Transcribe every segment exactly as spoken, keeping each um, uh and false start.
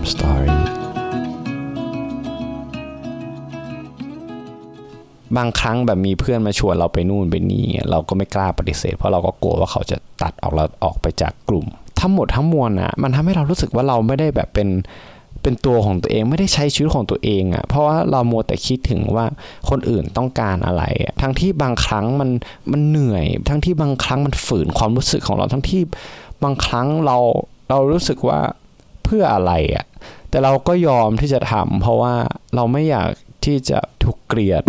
Story บางครั้งแบบมีเพื่อนมาชวนเราไปนู่นไปนี่เราก็ไม่กล้าปฏิเสธเพราะเราก็กลัวว่าเขาจะตัดออกเราออกไปจากกลุ่มทั้งหมดทั้งมวลนะมันทำให้เรารู้สึกว่าเราไม่ได้แบบเป็นเป็นตัวของตัวเองไม่ได้ใช้ชีวิตของตัวเองอ่ะเพราะว่าเรามัวแต่คิดถึงว่าคนอื่นต้องการอะไรอ่ะทั้งที่บางครั้งมันมันเหนื่อยทั้งที่บางครั้งมันฝืนความรู้สึกของเราทั้งที่บางครั้งเราเรารู้สึกว่าเพื่ออะไรอ่ะแต่เราก็ยอมที่จะทำเพราะว่าเราไม่อยากที่จะถูกเกลียด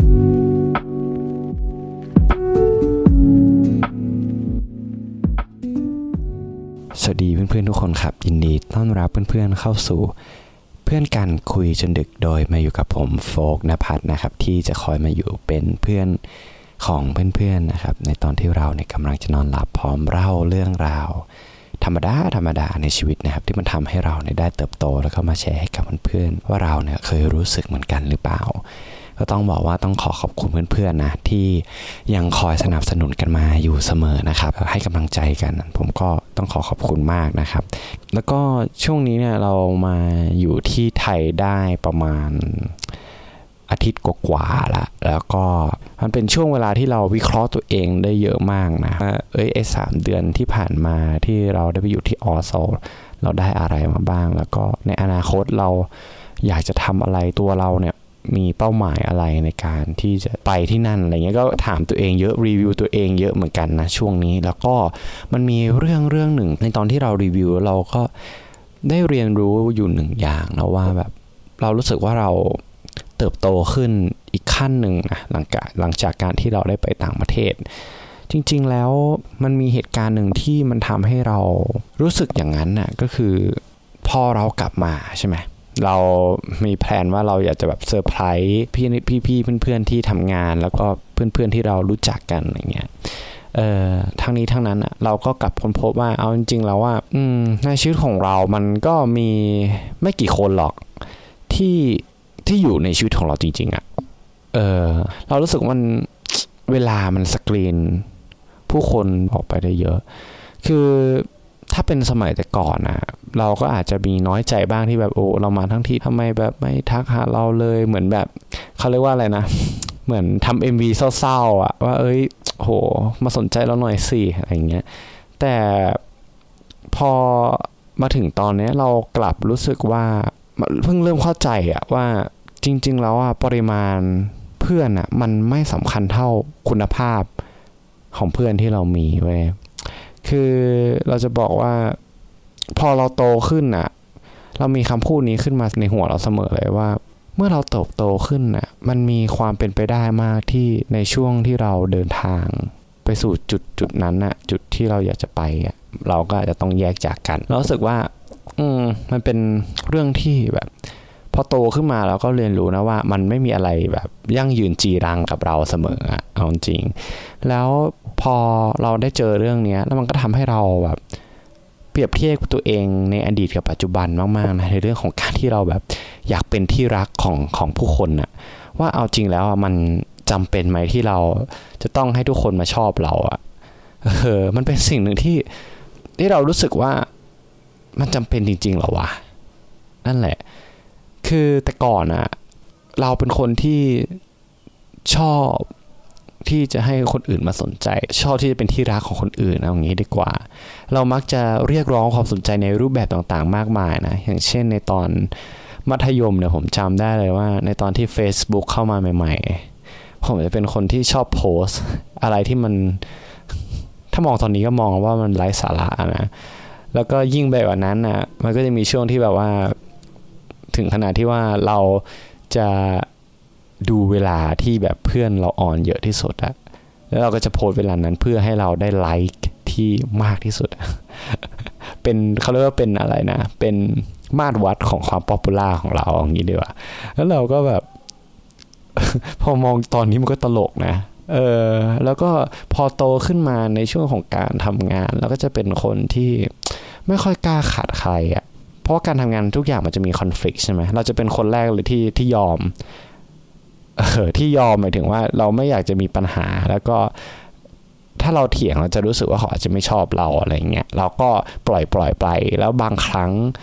สวัสดีเพื่อนๆทุกคนครับยินดีต้อนรับเพื่อนๆเข้าสู่เพื่อนกันคุยจนดึกโดยมาอยู่กับผมโฟกณภัทรนะครับที่จะคอยมาอยู่เป็นเพื่อนของเพื่อนๆนะครับในตอนที่เราเนี่ยกำลังจะนอนหลับพร้อมเล่าเรื่องราวธรรมดาธรรมดาในชีวิตนะครับที่มันทำให้เราเนี่ยได้เติบโตแล้วก็มาแชร์ให้กับเพื่อนๆว่าเราเนี่ยเคยรู้สึกเหมือนกันหรือเปล่าก็ต้องบอกว่าต้องขอขอบคุณเพื่อนๆนะที่ยังคอยสนับสนุนกันมาอยู่เสมอนะครับให้กำลังใจกันผมก็ต้องขอขอบคุณมากนะครับแล้วก็ช่วงนี้เนี่ยเรามาอยู่ที่ไทยได้ประมาณอาทิตย์กว่าๆละแล้วก็มันเป็นช่วงเวลาที่เราวิเคราะห์ตัวเองได้เยอะมากนะเอ้ยไอ้สามเดือนที่ผ่านมาที่เราได้ไปอยู่ที่ออโซเราได้อะไรมาบ้างแล้วก็ในอนาคตเราอยากจะทำอะไรตัวเราเนี่ยมีเป้าหมายอะไรในการที่จะไปที่นั่นอะไรเงี้ยก็ถามตัวเองเยอะรีวิวตัวเองเยอะเหมือนกันนะช่วงนี้แล้วก็มันมีเรื่องเรื่องหนึ่งในตอนที่เรารีวิวเราก็ได้เรียนรู้อยู่หนึ่งอย่างนะว่าแบบเรารู้สึกว่าเราเติบโตขึ้นอีกขั้นหนึ่งนะหลังจากหลังจากการที่เราได้ไปต่างประเทศจริงๆแล้วมันมีเหตุการณ์หนึ่งที่มันทำให้เรารู้สึกอย่างนั้นน่ะก็คือพอเรากลับมาใช่ไหมเรามีแพลนว่าเราอยากจะแบบเซอร์ไพรส์พี่พี่พี่เพื่อนๆที่ทำงานแล้วก็เพื่อนๆที่เรารู้จักกันอย่างเงี้ยเอ่อทั้งนี้ทั้งนั้นอ่ะเราก็กลับค้นพบว่าเอาจริงๆแล้วว่าอืมในชีวิตของเรามันก็มีไม่กี่คนหรอกที่ที่อยู่ในชีวิตของเราจริงๆอ่ะเออเรารู้สึกมันเวลามันสกรีนผู้คนออกไปได้เยอะคือถ้าเป็นสมัยแต่ก่อนนะเราก็อาจจะมีน้อยใจบ้างที่แบบโอ้เรามาทั้งทีทำไมแบบไม่ทักหาเราเลยเหมือนแบบเขาเรียกว่าอะไรนะเหมือนทำ เอ็ม วี เศร้าๆอ่ะว่าเอ้ยโหมาสนใจเราหน่อยสิอะไรเงี้ยแต่พอมาถึงตอนนี้เรากลับรู้สึกว่าเพิ่งเริ่มเข้าใจอ่ะว่าจริงๆแล้วอ่ะปริมาณเพื่อนอ่ะมันไม่สำคัญเท่าคุณภาพของเพื่อนที่เรามีเว้ยคือเราจะบอกว่าพอเราโตขึ้นน่ะเรามีคำพูดนี้ขึ้นมาในหัวเราเสมอเลยว่าเมื่อเราเติบโตขึ้นน่ะมันมีความเป็นไปได้มากที่ในช่วงที่เราเดินทางไปสู่จุดจุดนั้นน่ะจุดที่เราอยากจะไปอ่ะเราก็อาจจะต้องแยกจากกันเรารู้สึกว่าอืมมันเป็นเรื่องที่แบบพอโตขึ้นมาเราก็เรียนรู้นะว่ามันไม่มีอะไรแบบยั่งยืนจีรังกับเราเสมออ่ะเอาจริงแล้วพอเราได้เจอเรื่องนี้แล้วมันก็ทำให้เราแบบเปรียบเทียบตัวเองในอดีตกับปัจจุบันมากๆนะในเรื่องของการที่เราแบบอยากเป็นที่รักของของผู้คนน่ะว่าเอาจริงแล้วมันจำเป็นไหมที่เราจะต้องให้ทุกคนมาชอบเราอ่ะเออมันเป็นสิ่งหนึ่งที่ที่เรารู้สึกว่ามันจำเป็นจริงๆหรอวะนั่นแหละคือแต่ก่อนอะเราเป็นคนที่ชอบที่จะให้คนอื่นมาสนใจชอบที่จะเป็นที่รักของคนอื่นเอาอย่างนี้ดีกว่าเรามักจะเรียกร้องความสนใจในรูปแบบต่างๆมากมายนะอย่างเช่นในตอนมัธยมเนี่ยผมจำได้เลยว่าในตอนที่ Facebook เข้ามาใหม่ๆผมจะเป็นคนที่ชอบโพสต์อะไรที่มันถ้ามองตอนนี้ก็มองว่ามันไร้สาระนะแล้วก็ยิ่งไปกว่านั้นนะมันก็จะมีช่วงที่แบบว่าถึงขนาดที่ว่าเราจะดูเวลาที่แบบเพื่อนเราออนเยอะที่สุดอะแล้วเราก็จะโพสเวลานั้นเพื่อให้เราได้ไลค์ที่มากที่สุด เป็นเขาเรียกว่าเป็นอะไรนะเป็นมาตรวัดของความป๊อปปูล่าของเราอย่างนี้ดีกว่าแล้วเราก็แบบ พอมองตอนนี้มันก็ตลกนะเออแล้วก็พอโตขึ้นมาในช่วงของการทำงานเราก็จะเป็นคนที่ไม่ค่อยกล้าขัดใครอะเพราะการทำงานทุกอย่างมันจะมีคอนฟลิกต์ใช่ไหมเราจะเป็นคนแรกเลยที่ที่ยอมเออที่ยอมหมายถึงว่าเราไม่อยากจะมีปัญหาแล้วก็ถ้าเราเถียงเราจะรู้สึกว่าเขาอาจจะไม่ชอบเราอะไรเงี้ยเราก็ปล่อยปล่อยไปแล้วบางครั้ง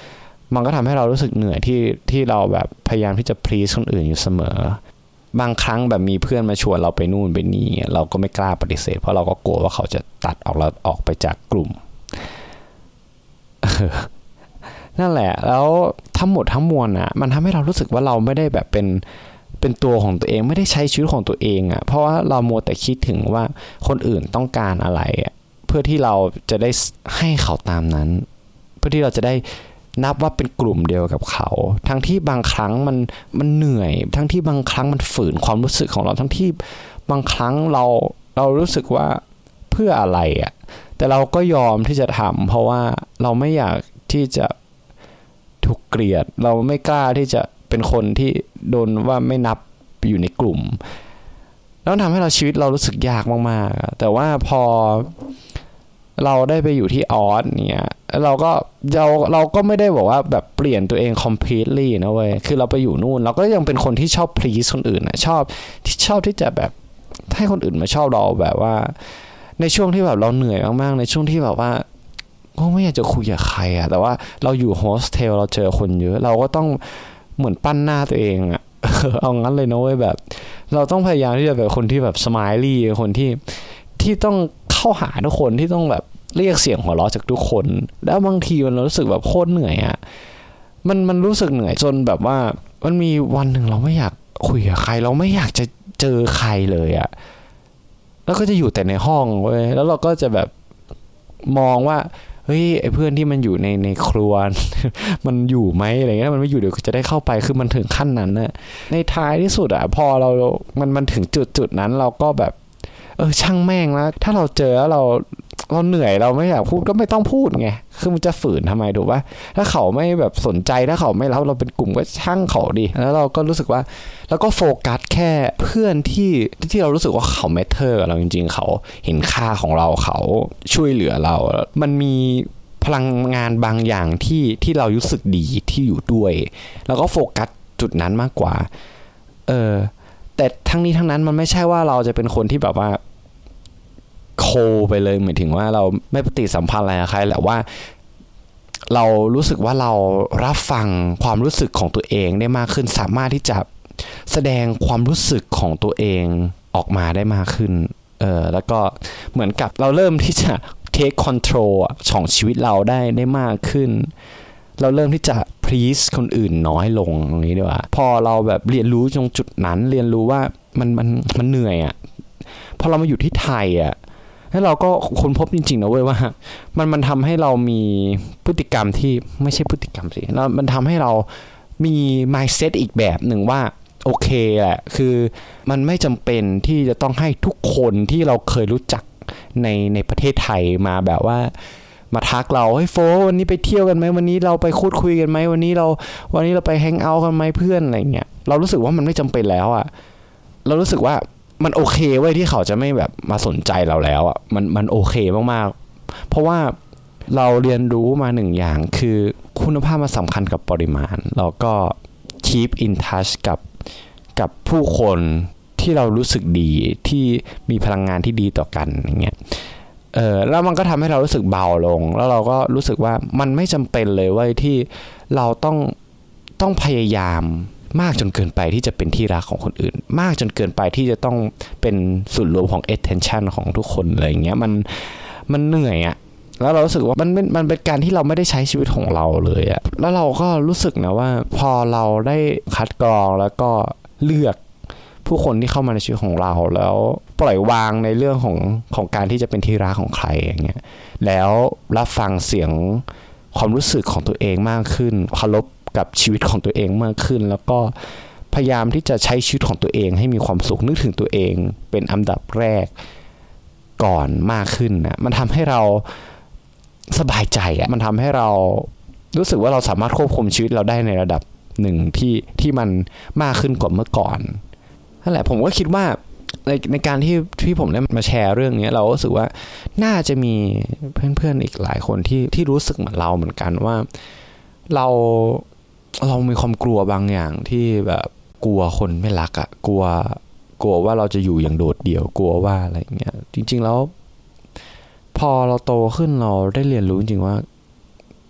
มันก็ทำให้เรารู้สึกเหนื่อยที่ที่เราแบบพยายามที่จะ please คนอื่นอยู่เสมอบางครั้งแบบมีเพื่อนมาชวนเราไปนู่นไปนี่เราก็ไม่กล้าปฏิเสธเพราะเราก็กลัวว่าเขาจะตัดออกเราออกไปจากกลุ่ม นั่นแหละแล้วทั้งหมดทั้งมวลอ่ะมันทำให้เรารู้สึกว่าเราไม่ได้แบบเป็นเป็นตัวของตัวเองไม่ได้ใช้ชีวิตของตัวเองอ่ะเพราะว่าเรามัวแต่คิดถึงว่าคนอื่นต้องการอะไรอ่ะเพื่อที่เราจะได้ให้เขาตามนั้นเพื่อที่เราจะได้นับว่าเป็นกลุ่มเดียวกับเขาทั้งที่บางครั้งมันมันเหนื่อยทั้งที่บางครั้งมันฝืนความรู้สึกของเราทั้งที่บางครั้งเราเรารู้สึกว่าเพื่ออะไรอ่ะแต่เราก็ยอมที่จะทำเพราะว่าเราไม่อยากที่จะถูกเกลียดเราไม่กล้าที่จะเป็นคนที่โดนว่าไม่นับอยู่ในกลุ่มแล้วทำให้เราชีวิตเรารู้สึกยากมากๆแต่ว่าพอเราได้ไปอยู่ที่ออสเนี่ยเราก็เราเราก็ไม่ได้บอกว่าแบบเปลี่ยนตัวเอง completely นะเว้ยคือเราไปอยู่นู่นเราก็ยังเป็นคนที่ชอบ please คนอื่นนะชอบที่ชอบที่จะแบบให้คนอื่นมาชอบเราแบบว่าในช่วงที่แบบเราเหนื่อยมากๆในช่วงที่แบบว่าก็ไม่อยากจะคุยกับใครอะแต่ว่าเราอยู่โฮสเทลเราเจอคนเยอะเราก็ต้องเหมือนปั้นหน้าตัวเองอะ เอางั้นเลยนะเว้ยแบบเราต้องพยายามที่จะแบบคนที่แบบสไมลี่คนที่ที่ต้องเข้าหาทุกคนที่ต้องแบบเรียกเสียงหัวเราะจากทุกคนแล้วบางทีมันรู้สึกแบบโคตรเหนื่อยอะมันมันรู้สึกเหนื่อยจนแบบว่ามันมีวันหนึ่งเราไม่อยากคุยกับใครเราไม่อยากจะเจอใครเลยอะแล้วก็จะอยู่แต่ในห้องเว้ยแล้วเราก็จะแบบมองว่าเฮ้ยไอ้เพื่อนที่มันอยู่ในในครัว มันอยู่ไหมอะไรเงี้ยมันไม่อยู่เดี๋ยวจะได้เข้าไปคือมันถึงขั้นนั้นนะในท้ายที่สุดอะพอเรามันมันถึงจุดจุดนั้นเราก็แบบเออช่างแม่งแล้วถ้าเราเจอแล้วเราเราเหนื่อยเราไม่อยากพูดก็ไม่ต้องพูดไงคือมันจะฝืนทำไมถูกป่ะถ้าเขาไม่แบบสนใจถ้าเขาไม่รับเราเป็นกลุ่มก็ช่างเขาดิแล้วเราก็รู้สึกว่าแล้วก็โฟกัสแค่เพื่อนที่ที่เรารู้สึกว่าเขาแมทเทอร์กับเราจริงๆเขาเห็นค่าของเราเขาช่วยเหลือเรามันมีพลังงานบางอย่างที่ที่เรารู้สึกดีที่อยู่ด้วยแล้วก็โฟกัสจุดนั้นมากกว่าเออแต่ทั้งนี้ทั้งนั้นมันไม่ใช่ว่าเราจะเป็นคนที่แบบว่าโคไปเลยหมายถึงว่าเราไม่ปฏิสัมพันธ์อะไรกับใครแหละว่าเรารู้สึกว่าเรารับฟังความรู้สึกของตัวเองได้มากขึ้นสามารถที่จะแสดงความรู้สึกของตัวเองออกมาได้มากขึ้นเออแล้วก็เหมือนกับเราเริ่มที่จะ take control ของชีวิตเราได้ได้มากขึ้นเราเริ่มที่จะ please คนอื่นน้อยลงตรงนี้ดีกว่าพอเราแบบเรียนรู้ตรงจุดนั้นเรียนรู้ว่ามันมันมันเหนื่อยอ่ะพอเรามาอยู่ที่ไทยอ่ะแล้วเราก็ค้นพบจริงๆนะเว้ยว่ามันมันทำให้เรามีพฤติกรรมที่ไม่ใช่พฤติกรรมสิแล้วมันทำให้เรามี mindset อีกแบบหนึ่งว่าโอเคแหละคือมันไม่จำเป็นที่จะต้องให้ทุกคนที่เราเคยรู้จักในในประเทศไทยมาแบบว่ามาทักเราเฮ้ยโฟวันนี้ไปเที่ยวกันไหมวันนี้เราไปคุยคุยกันไหมวันนี้เราวันนี้เราไปแฮงเอาท์กันไหมเพื่อนอะไรเงี้ยเรารู้สึกว่ามันไม่จำเป็นแล้วอ่ะเรารู้สึกว่ามันโอเคเว้ยที่เขาจะไม่แบบมาสนใจเราแล้วอ่ะมันมันโอเคมากๆเพราะว่าเราเรียนรู้มาหนึ่งอย่างคือคุณภาพมันสำคัญกับปริมาณเราก็ keep in touch กับกับผู้คนที่เรารู้สึกดีที่มีพลังงานที่ดีต่อกันอย่างเงี้ยเออแล้วมันก็ทำให้เรารู้สึกเบาลงแล้วเราก็รู้สึกว่ามันไม่จำเป็นเลยเว้ยที่เราต้องต้องพยายามมากจนเกินไปที่จะเป็นที่รักของคนอื่นมากจนเกินไปที่จะต้องเป็นศูนย์รวมของ attention ของทุกคนอะไรอย่างเงี้ยมันมันเหนื่อยอะแล้วเรารู้สึกว่ามันเป็นมันเป็นการที่เราไม่ได้ใช้ชีวิตของเราเลยอะแล้วเราก็รู้สึกนะว่าพอเราได้คัดกรองแล้วก็เลือกผู้คนที่เข้ามาในชีวิตของเราแล้วปล่อยวางในเรื่องของของการที่จะเป็นที่รักของใครอย่างเงี้ยแล้วรับฟังเสียงความรู้สึกของตัวเองมากขึ้นเคารพกับชีวิตของตัวเองมากขึ้นแล้วก็พยายามที่จะใช้ชีวิตของตัวเองให้มีความสุขนึกถึงตัวเองเป็นอันดับแรกก่อนมากขึ้นนะมันทำให้เราสบายใจอ่ะมันทำให้เรารู้สึกว่าเราสามารถควบคุมชีวิตเราได้ในระดับหนึ่งที่ที่มันมากขึ้นกว่าเมื่อก่อนนั่นแหละผมก็คิดว่าในในการที่ที่ผมได้มาแชร์เรื่องนี้เรารู้สึกว่าน่าจะมีเพื่อนๆอีกหลายคนที่ที่รู้สึกเหมือนเราเหมือนกันว่าเราเรามีความกลัวบางอย่างที่แบบกลัวคนไม่รักอ่ะกลัวกลัวว่าเราจะอยู่อย่างโดดเดี่ยวกลัวว่าอะไรเงี้ยจริงๆแล้วพอเราโตขึ้นเราได้เรียนรู้จริงๆว่า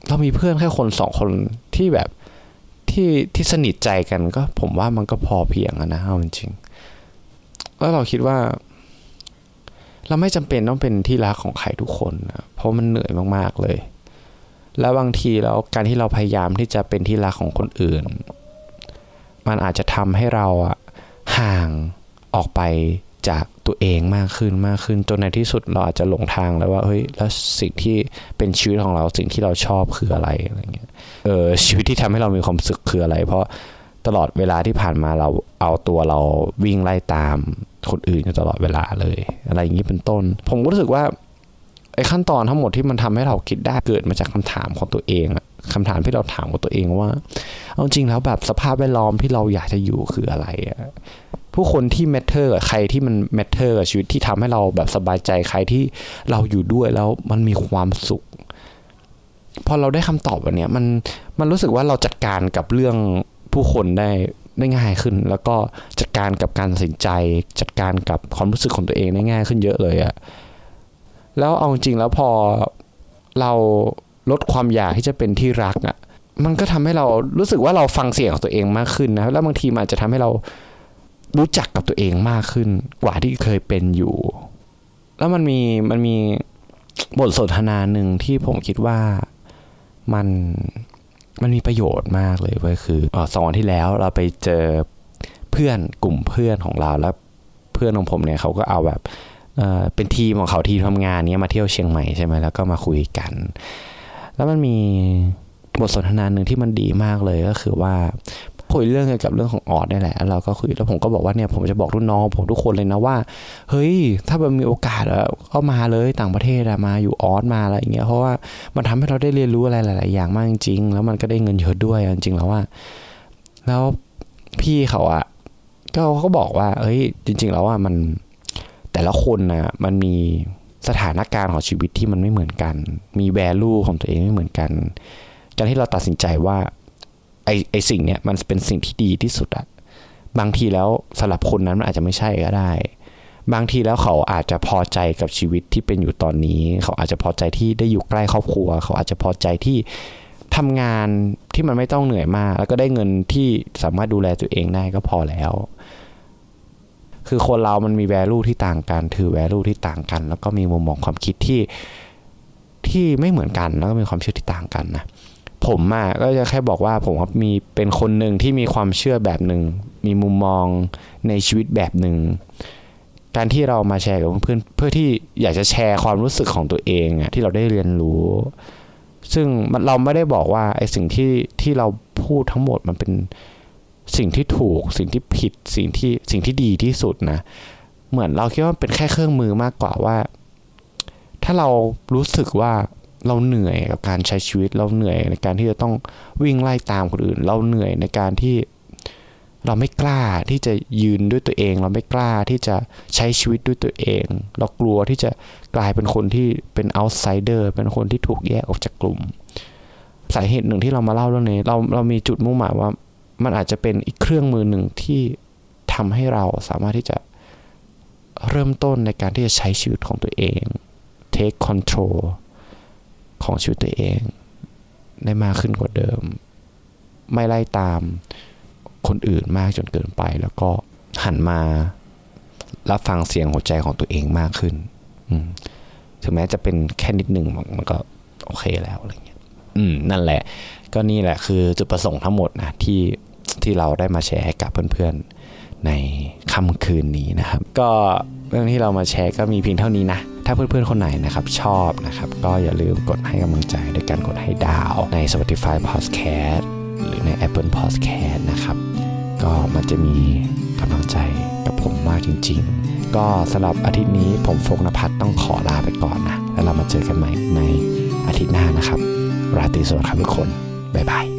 เรามีเพื่อนแค่คนสองคนที่แบบที่ที่สนิทใจกันก็ผมว่ามันก็พอเพียงนะเอาจริงๆแล้วเราคิดว่าเราไม่จำเป็นต้องเป็นที่รักของใครทุกคนนะเพราะมันเหนื่อยมากๆเลยแล้วบางทีแล้วการที่เราพยายามที่จะเป็นที่รักของคนอื่นมันอาจจะทำให้เราอะห่างออกไปจากตัวเองมากขึ้นมากขึ้นจนในที่สุดเราอาจจะหลงทางแล้วว่าเฮ้ยแล้วสิ่งที่เป็นชีวิตของเราสิ่งที่เราชอบคืออะไรอะไรเงี้ยเออชีวิตที่ทำให้เรามีความสุขคืออะไรเพราะตลอดเวลาที่ผ่านมาเราเอาตัวเราวิ่งไล่ตามคนอื่นอยู่ตลอดเวลาเลยอะไรอย่างนี้เป็นต้นผมก็รู้สึกว่าไอ้ขั้นตอนทั้งหมดที่มันทำให้เราคิดได้เกิดมาจากคำถามของตัวเองอะคำถามที่เราถามกับตัวเองว่าเอาจริงแล้วแบบสภาพแวดล้อมที่เราอยากจะอยู่คืออะไรอะผู้คนที่แมทเทอร์กับใครที่มันแมทเทอร์กับชีวิตที่ทำให้เราแบบสบายใจใครที่เราอยู่ด้วยแล้วมันมีความสุขพอเราได้คำตอบแบบนี้มันมันรู้สึกว่าเราจัดการกับเรื่องผู้คนได้ได้ง่ายขึ้นแล้วก็จัดการกับการตัดสินใจจัดการกับความรู้สึกของตัวเองได้ง่ายขึ้นเยอะเลยอะแล้วเอาจริงแล้วพอเราลดความอยากที่จะเป็นที่รักอะมันก็ทำให้เรารู้สึกว่าเราฟังเสียงของตัวเองมากขึ้นนะแล้วบางทีมันอาจจะทำให้เรารู้จักกับตัวเองมากขึ้นกว่าที่เคยเป็นอยู่แล้วมันมีมันมีบทสนทนาหนึ่งที่ผมคิดว่ามันมันมีประโยชน์มากเลยเว้ยคืออ๋อสองวันที่แล้วเราไปเจอเพื่อนกลุ่มเพื่อนของเราแล้วเพื่อนของผมเนี่ยเขาก็เอาแบบเอ่อเป็นทีมของเขาทีมทำงานเนี้ยมาเที่ยวเชียงใหม่ใช่ไหมแล้วก็มาคุยกันแล้วมันมีบทสนทนาหนึ่งที่มันดีมากเลยก็คือว่าคุยเรื่องเกี่ยวกับเรื่องของออดนี่แหละเราก็คุยแล้วผมก็บอกว่าเนี่ยผมจะบอกรุ่นน้องผมทุกคนเลยนะว่าเฮ้ยถ้ามันมีโอกาสอะก็มาเลยต่างประเทศอะมาอยู่ออดมาอะไรอย่างเงี้ยเพราะว่ามันทำให้เราได้เรียนรู้อะไรหลายๆอย่างมากจริงๆแล้วมันก็ได้เงินเยอะด้วยจริงๆแล้วว่าแล้วพี่เขาอะก็เขาก็บอกว่าเอ้ยจริงๆแล้วว่ามันแต่ละคนนะมันมีสถานการณ์ของชีวิตที่มันไม่เหมือนกันมีแวลูของตัวเองไม่เหมือนกันการที่เราตัดสินใจว่าไอไอสิ่งเนี้ยมันเป็นสิ่งที่ดีที่สุดอะบางทีแล้วสำหรับคนนั้นมันอาจจะไม่ใช่ก็ได้บางทีแล้วเขาอาจจะพอใจกับชีวิตที่เป็นอยู่ตอนนี้เขาอาจจะพอใจที่ได้อยู่ใกล้ครอบครัวเขาอาจจะพอใจที่ทำงานที่มันไม่ต้องเหนื่อยมากแล้วก็ได้เงินที่สามารถดูแลตัวเองได้ก็พอแล้วคือคนเรามันมี value ที่ต่างกันถือ value ที่ต่างกันแล้วก็มีมุมมองความคิดที่ที่ไม่เหมือนกันแล้วก็มีความเชื่อที่ต่างกันนะผมอ่ะก็จะแค่บอกว่าผมมีเป็นคนหนึ่งที่มีความเชื่อแบบหนึ่งมีมุมมองในชีวิตแบบหนึ่งการที่เรามาแชร์กับเพื่อนเพื่อที่อยากจะแชร์ความรู้สึกของตัวเองอ่ะที่เราได้เรียนรู้ซึ่งเราไม่ได้บอกว่าไอ้สิ่งที่ที่เราพูดทั้งหมดมันเป็นสิ่งที่ถูกสิ่งที่ผิดสิ่งที่สิ่งที่ดีที่สุดนะเหมือนเราคิดว่าเป็นแค่เครื่องมือมากกว่าว่าถ้าเรารู้สึกว่าเราเหนื่อยกับการใช้ชีวิตเราเหนื่อยในการที่จะต้องวิ่งไล่ตามคนอื่นเราเหนื่อยในการที่เราไม่กล้าที่จะยืนด้วยตัวเองเราไม่กล้าที่จะใช้ชีวิตด้วยตัวเองเรากลัวที่จะกลายเป็นคนที่เป็นเอาท์ไซเดอร์เป็นคนที่ถูกแยกออกจากกลุ่มสาเหตุหนึ่งที่เรามาเล่าเรื่องนี้เราเรามีจุดมุ่งหมายว่ามันอาจจะเป็นอีกเครื่องมือหนึ่งที่ทำให้เราสามารถที่จะเริ่มต้นในการที่จะใช้ชีวิตของตัวเอง take control ของชีวิตตัวเองได้มากขึ้นกว่าเดิมไม่ไล่ตามคนอื่นมากจนเกินไปแล้วก็หันมารับฟังเสียงหัวใจของตัวเองมากขึ้นถึงแม้จะเป็นแค่นิดหนึ่งมันก็โอเคแล้วอะไรเงี้ยอืมนั่นแหละก็นี่แหละคือจุดประสงค์ทั้งหมดนะที่ที่เราได้มาแชร์ให้กับเพื่อนๆในค่ำคืนนี้นะครับก็เรื่องที่เรามาแชร์ก็มีเพียงเท่านี้นะถ้าเพื่อนๆคนไหนนะครับชอบนะครับก็อย่าลืมกดให้กำลังใจด้วยการกดให้ดาวใน Spotify Podcast หรือใน Apple Podcast นะครับก็มันจะมีกำลังใจกับผมมากจริงๆก็สำหรับอาทิตย์นี้ผมโฟกนภัทรต้องขอลาไปก่อนนะแล้วเรามาเจอกันใหม่ในอาทิตย์หน้านะครับราตรีสวัสดิ์ครับทุกคนบ๊ายบาย